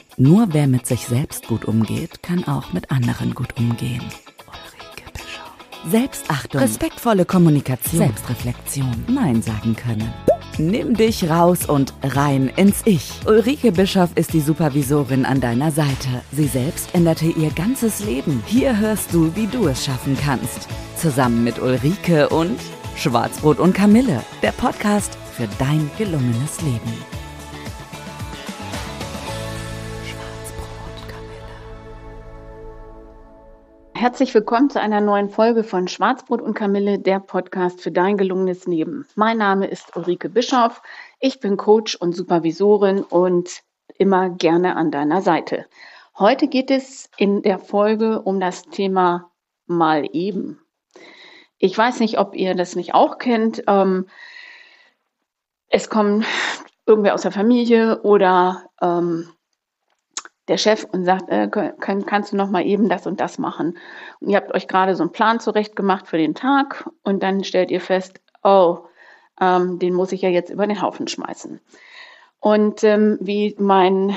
Nur wer mit sich selbst gut umgeht, kann auch mit anderen gut umgehen. Ulrike Bischoff. Selbstachtung, respektvolle Kommunikation, Selbstreflexion, Nein sagen können. Nimm dich raus und rein ins Ich. Ulrike Bischoff ist die Supervisorin an deiner Seite. Sie selbst änderte ihr ganzes Leben. Hier hörst du, wie du es schaffen kannst. Zusammen mit Ulrike und Schwarzbrot und Kamille, der Podcast für dein gelungenes Leben. Schwarzbrot, Kamille. Herzlich willkommen zu einer neuen Folge von Schwarzbrot und Kamille, der Podcast für dein gelungenes Leben. Mein Name ist Ulrike Bischoff. Ich bin Coach und Supervisorin und immer gerne an deiner Seite. Heute geht es in der Folge um das Thema mal eben. Ich weiß nicht, ob ihr das nicht auch kennt. Es kommt irgendwer aus der Familie oder der Chef und sagt, kannst du noch mal eben das und das machen? Und ihr habt euch gerade so einen Plan zurecht gemacht für den Tag und dann stellt ihr fest, den muss ich ja jetzt über den Haufen schmeißen. Und wie mein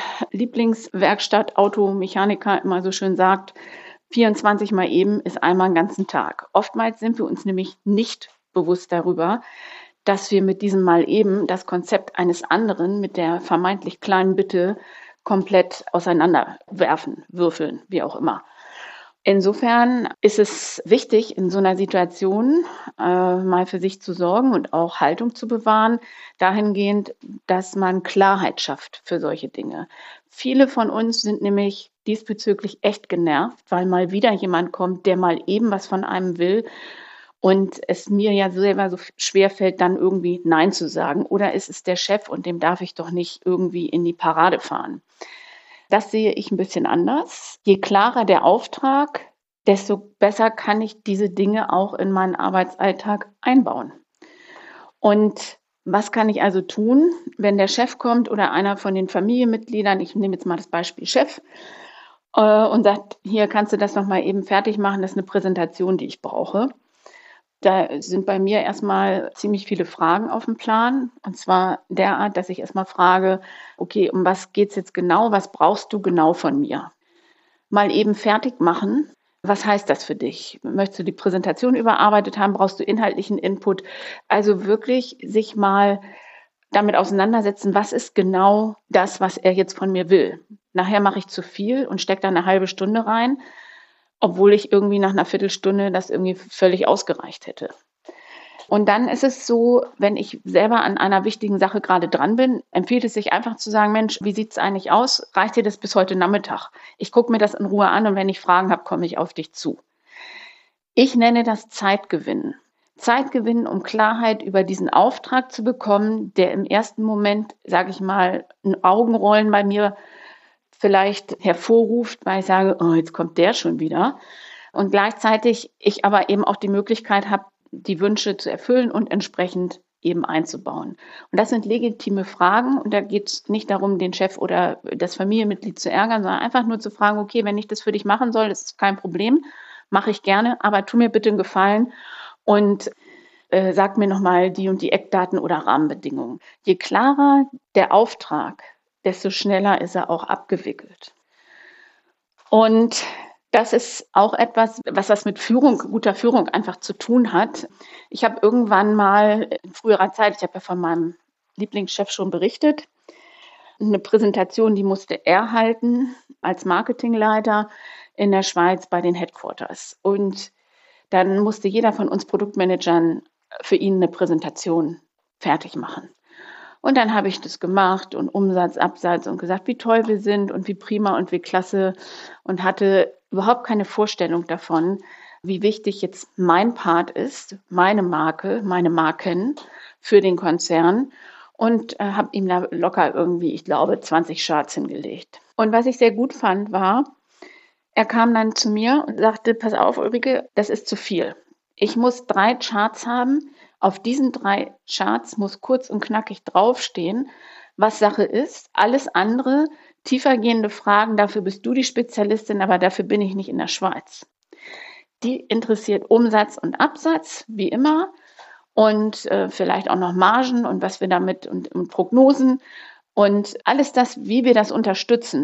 Lieblingswerkstatt-Automechaniker immer so schön sagt, 24 mal eben ist einmal einen ganzen Tag. Oftmals sind wir uns nämlich nicht bewusst darüber, dass wir mit diesem mal eben das Konzept eines anderen mit der vermeintlich kleinen Bitte komplett auseinanderwerfen, würfeln, wie auch immer. Insofern ist es wichtig, in so einer Situation mal für sich zu sorgen und auch Haltung zu bewahren, dahingehend, dass man Klarheit schafft für solche Dinge. Viele von uns sind nämlich diesbezüglich echt genervt, weil mal wieder jemand kommt, der mal eben was von einem will und es mir ja selber so schwer fällt, dann irgendwie Nein zu sagen. Oder ist es der Chef und dem darf ich doch nicht irgendwie in die Parade fahren. Das sehe ich ein bisschen anders. Je klarer der Auftrag, desto besser kann ich diese Dinge auch in meinen Arbeitsalltag einbauen. Und was kann ich also tun, wenn der Chef kommt oder einer von den Familienmitgliedern, ich nehme jetzt mal das Beispiel Chef, und sagt, hier kannst du das nochmal eben fertig machen, das ist eine Präsentation, die ich brauche. Da sind bei mir erstmal ziemlich viele Fragen auf dem Plan. Und zwar derart, dass ich erstmal frage, okay, um was geht's jetzt genau? Was brauchst du genau von mir? Mal eben fertig machen. Was heißt das für dich? Möchtest du die Präsentation überarbeitet haben? Brauchst du inhaltlichen Input? Also wirklich sich mal damit auseinandersetzen, was ist genau das, was er jetzt von mir will. Nachher mache ich zu viel und stecke da eine halbe Stunde rein, obwohl ich irgendwie nach einer Viertelstunde das irgendwie völlig ausgereicht hätte. Und dann ist es so, wenn ich selber an einer wichtigen Sache gerade dran bin, empfiehlt es sich einfach zu sagen, Mensch, wie sieht es eigentlich aus? Reicht dir das bis heute Nachmittag? Ich gucke mir das in Ruhe an und wenn ich Fragen habe, komme ich auf dich zu. Ich nenne das Zeitgewinn. Zeitgewinn, um Klarheit über diesen Auftrag zu bekommen, der im ersten Moment, sage ich mal, ein Augenrollen bei mir vielleicht hervorruft, weil ich sage, oh, jetzt kommt der schon wieder. Und gleichzeitig ich aber eben auch die Möglichkeit habe, die Wünsche zu erfüllen und entsprechend eben einzubauen. Und das sind legitime Fragen und da geht es nicht darum, den Chef oder das Familienmitglied zu ärgern, sondern einfach nur zu fragen, okay, wenn ich das für dich machen soll, das ist kein Problem, mache ich gerne, aber tu mir bitte einen Gefallen und sag mir nochmal die und die Eckdaten oder Rahmenbedingungen. Je klarer der Auftrag, desto schneller ist er auch abgewickelt. Und das ist auch etwas, was das mit Führung, guter Führung einfach zu tun hat. Ich habe irgendwann mal in früherer Zeit, ich habe ja von meinem Lieblingschef schon berichtet, eine Präsentation, die musste er halten als Marketingleiter in der Schweiz bei den Headquarters. Und dann musste jeder von uns Produktmanagern für ihn eine Präsentation fertig machen. Und dann habe ich das gemacht und Umsatz, Absatz und gesagt, wie toll wir sind und wie prima und wie klasse und hatte überhaupt keine Vorstellung davon, wie wichtig jetzt mein Part ist, meine Marke, meine Marken für den Konzern und habe ihm da locker irgendwie, ich glaube, 20 Charts hingelegt. Und was ich sehr gut fand, war, er kam dann zu mir und sagte, pass auf, Ulrike, das ist zu viel. Ich muss 3 Charts haben. Auf diesen 3 Charts muss kurz und knackig draufstehen, was Sache ist. Alles andere, tiefergehende Fragen, dafür bist du die Spezialistin, aber dafür bin ich nicht in der Schweiz. Die interessiert Umsatz und Absatz, wie immer, und vielleicht auch noch Margen und was wir damit und Prognosen und alles das, wie wir das unterstützen.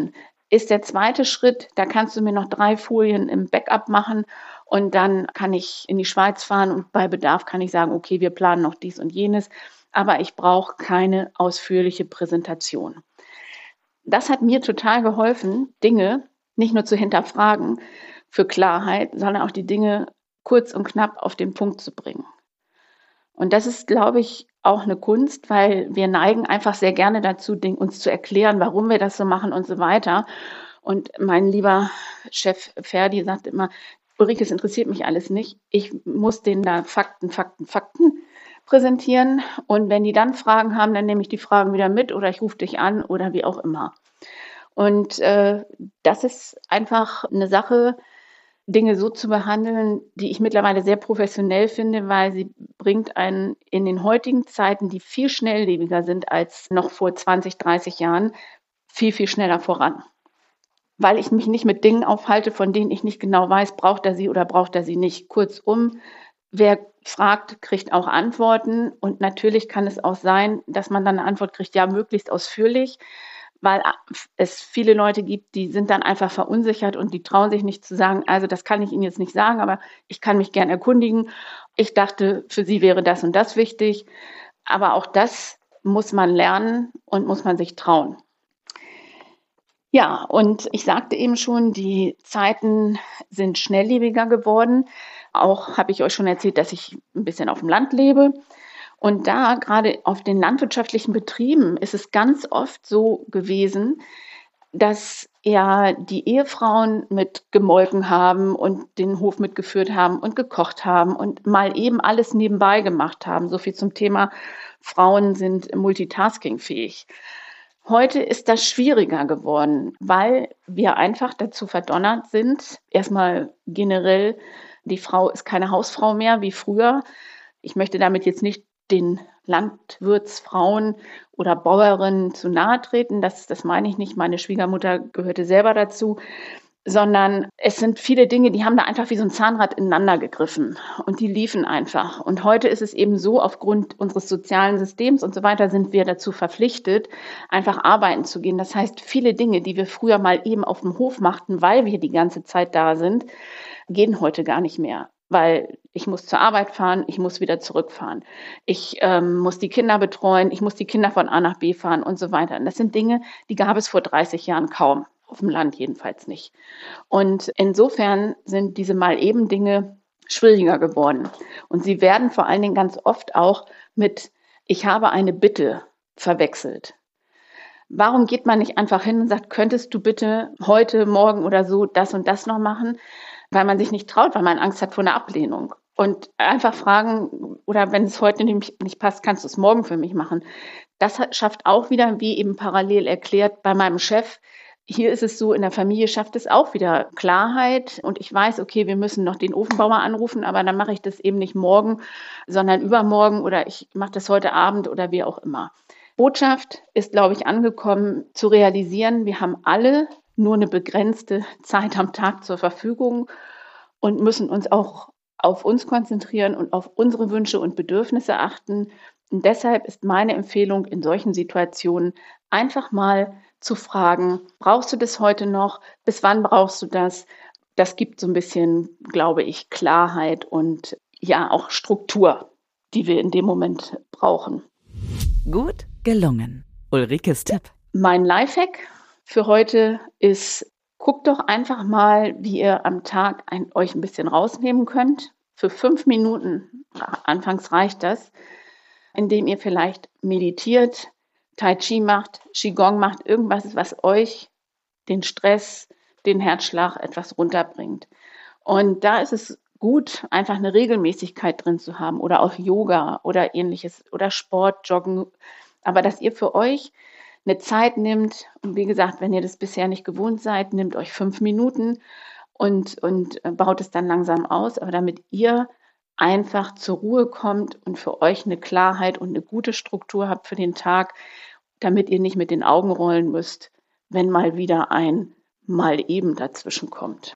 ist der zweite Schritt, da kannst du mir noch 3 Folien im Backup machen und dann kann ich in die Schweiz fahren und bei Bedarf kann ich sagen, okay, wir planen noch dies und jenes, aber ich brauche keine ausführliche Präsentation. Das hat mir total geholfen, Dinge nicht nur zu hinterfragen für Klarheit, sondern auch die Dinge kurz und knapp auf den Punkt zu bringen. Und das ist, glaube ich, auch eine Kunst, weil wir neigen einfach sehr gerne dazu, uns zu erklären, warum wir das so machen und so weiter. Und mein lieber Chef Ferdi sagt immer, Ulrike, es interessiert mich alles nicht. Ich muss denen da Fakten präsentieren. Und wenn die dann Fragen haben, dann nehme ich die Fragen wieder mit oder ich rufe dich an oder wie auch immer. Und das ist einfach eine Sache, Dinge so zu behandeln, die ich mittlerweile sehr professionell finde, weil sie bringt einen in den heutigen Zeiten, die viel schnelllebiger sind als noch vor 20, 30 Jahren, viel, viel schneller voran. Weil ich mich nicht mit Dingen aufhalte, von denen ich nicht genau weiß, braucht er sie oder braucht er sie nicht. Kurzum, wer fragt, kriegt auch Antworten. Und natürlich kann es auch sein, dass man dann eine Antwort kriegt, ja, möglichst ausführlich, weil es viele Leute gibt, die sind dann einfach verunsichert und die trauen sich nicht zu sagen, also das kann ich Ihnen jetzt nicht sagen, aber ich kann mich gern erkundigen. Ich dachte, für Sie wäre das und das wichtig. Aber auch das muss man lernen und muss man sich trauen. Ja, und ich sagte eben schon, die Zeiten sind schnelllebiger geworden. Auch habe ich euch schon erzählt, dass ich ein bisschen auf dem Land lebe. Und da, gerade auf den landwirtschaftlichen Betrieben, ist es ganz oft so gewesen, dass ja die Ehefrauen mit gemolken haben und den Hof mitgeführt haben und gekocht haben und mal eben alles nebenbei gemacht haben. So viel zum Thema Frauen sind multitaskingfähig. Heute ist das schwieriger geworden, weil wir einfach dazu verdonnert sind. Erstmal generell, die Frau ist keine Hausfrau mehr wie früher. Ich möchte damit jetzt nicht den Landwirtsfrauen oder Bäuerinnen zu nahe treten. Das meine ich nicht. Meine Schwiegermutter gehörte selber dazu. Sondern es sind viele Dinge, die haben da einfach wie so ein Zahnrad ineinander gegriffen und die liefen einfach. Und heute ist es eben so, aufgrund unseres sozialen Systems und so weiter sind wir dazu verpflichtet, einfach arbeiten zu gehen. Das heißt, viele Dinge, die wir früher mal eben auf dem Hof machten, weil wir die ganze Zeit da sind, gehen heute gar nicht mehr. Weil ich muss zur Arbeit fahren, ich muss wieder zurückfahren. Ich muss die Kinder betreuen, ich muss die Kinder von A nach B fahren und so weiter. Und das sind Dinge, die gab es vor 30 Jahren kaum. Auf dem Land jedenfalls nicht. Und insofern sind diese mal eben Dinge schwieriger geworden. Und sie werden vor allen Dingen ganz oft auch mit "Ich habe eine Bitte" verwechselt. Warum geht man nicht einfach hin und sagt, könntest du bitte heute, morgen oder so das und das noch machen? Weil man sich nicht traut, weil man Angst hat vor einer Ablehnung. Und einfach fragen, oder wenn es heute nicht passt, kannst du es morgen für mich machen. Das schafft auch wieder, wie eben parallel erklärt, bei meinem Chef. Hier ist es so, in der Familie schafft es auch wieder Klarheit und ich weiß, okay, wir müssen noch den Ofenbauer anrufen, aber dann mache ich das eben nicht morgen, sondern übermorgen oder ich mache das heute Abend oder wie auch immer. Botschaft ist, glaube ich, angekommen, zu realisieren, wir haben alle nur eine begrenzte Zeit am Tag zur Verfügung und müssen uns auch auf uns konzentrieren und auf unsere Wünsche und Bedürfnisse achten. Und deshalb ist meine Empfehlung in solchen Situationen einfach mal zu fragen, brauchst du das heute noch? Bis wann brauchst du das? Das gibt so ein bisschen, glaube ich, Klarheit und ja auch Struktur, die wir in dem Moment brauchen. Gut gelungen. Ulrikes Tipp. Mein Lifehack für heute ist, guckt doch einfach mal, wie ihr am Tag euch ein bisschen rausnehmen könnt. Für 5 Minuten, anfangs reicht das, indem ihr vielleicht meditiert, Tai Chi macht, Qigong macht, irgendwas, was euch den Stress, den Herzschlag etwas runterbringt. Und da ist es gut, einfach eine Regelmäßigkeit drin zu haben oder auch Yoga oder ähnliches oder Sport, Joggen. Aber dass ihr für euch eine Zeit nimmt und wie gesagt, wenn ihr das bisher nicht gewohnt seid, nehmt euch 5 Minuten und baut es dann langsam aus. Aber damit ihr einfach zur Ruhe kommt und für euch eine Klarheit und eine gute Struktur habt für den Tag, damit ihr nicht mit den Augen rollen müsst, wenn mal wieder ein mal eben dazwischen kommt.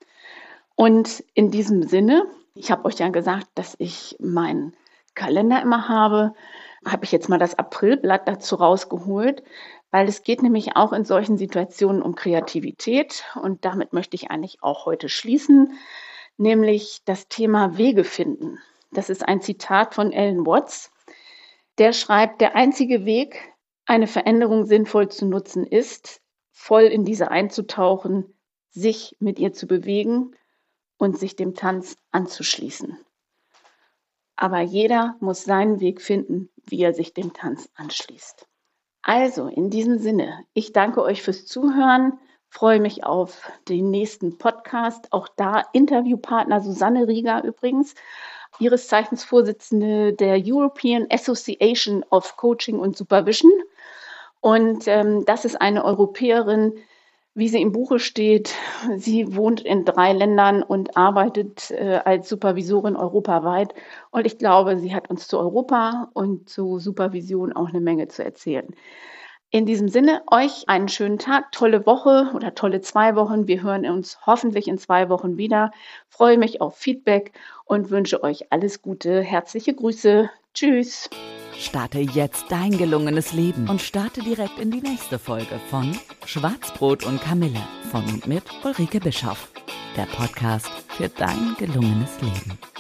Und in diesem Sinne, ich habe euch ja gesagt, dass ich meinen Kalender immer habe ich jetzt mal das Aprilblatt dazu rausgeholt, weil es geht nämlich auch in solchen Situationen um Kreativität und damit möchte ich eigentlich auch heute schließen, nämlich das Thema Wege finden. Das ist ein Zitat von Alan Watts. Der schreibt, der einzige Weg, eine Veränderung sinnvoll zu nutzen, ist, voll in diese einzutauchen, sich mit ihr zu bewegen und sich dem Tanz anzuschließen. Aber jeder muss seinen Weg finden, wie er sich dem Tanz anschließt. Also in diesem Sinne, ich danke euch fürs Zuhören, freue mich auf den nächsten Podcast. Auch da Interviewpartner Susanne Rieger übrigens, ihres Zeichens Vorsitzende der European Association of Coaching und Supervision. Und das ist eine Europäerin, wie sie im Buche steht. Sie wohnt in 3 Ländern und arbeitet als Supervisorin europaweit. Und ich glaube, sie hat uns zu Europa und zu Supervision auch eine Menge zu erzählen. In diesem Sinne, euch einen schönen Tag, tolle Woche oder tolle 2 Wochen. Wir hören uns hoffentlich in 2 Wochen wieder. Freue mich auf Feedback und wünsche euch alles Gute. Herzliche Grüße. Tschüss. Starte jetzt dein gelungenes Leben und starte direkt in die nächste Folge von Schwarzbrot und Kamille von und mit Ulrike Bischoff. Der Podcast für dein gelungenes Leben.